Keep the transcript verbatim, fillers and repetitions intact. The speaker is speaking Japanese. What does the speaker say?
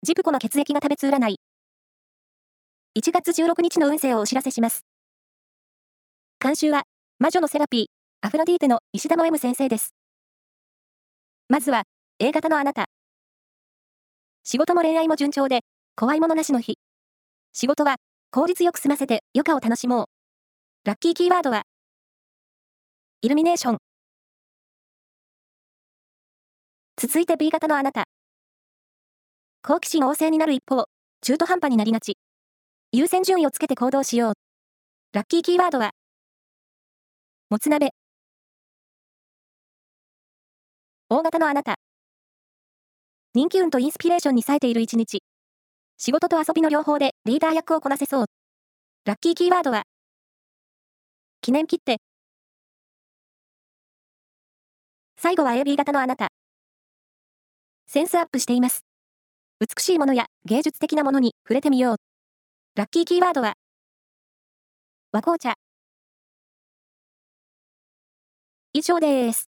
ジプコの血液が食べつ占い。いちがつじゅうろくにちの運勢をお知らせします。監修は、魔女のセラピー、アフロディーテの石田の M 先生です。まずは、A 型のあなた。仕事も恋愛も順調で、怖いものなしの日。仕事は、効率よく済ませて余暇を楽しもう。ラッキーキーワードは、イルミネーション。続いて B 型のあなた。好奇心旺盛になる一方、中途半端になりがち。優先順位をつけて行動しよう。ラッキーキーワードは、もつ鍋。O 型のあなた。人気運とインスピレーションに冴えている一日。仕事と遊びの両方でリーダー役をこなせそう。ラッキーキーワードは、記念切手。最後は エービー 型のあなた。センスアップしています。美しいものや芸術的なものに触れてみよう。ラッキーキーワードは、和紅茶。以上です。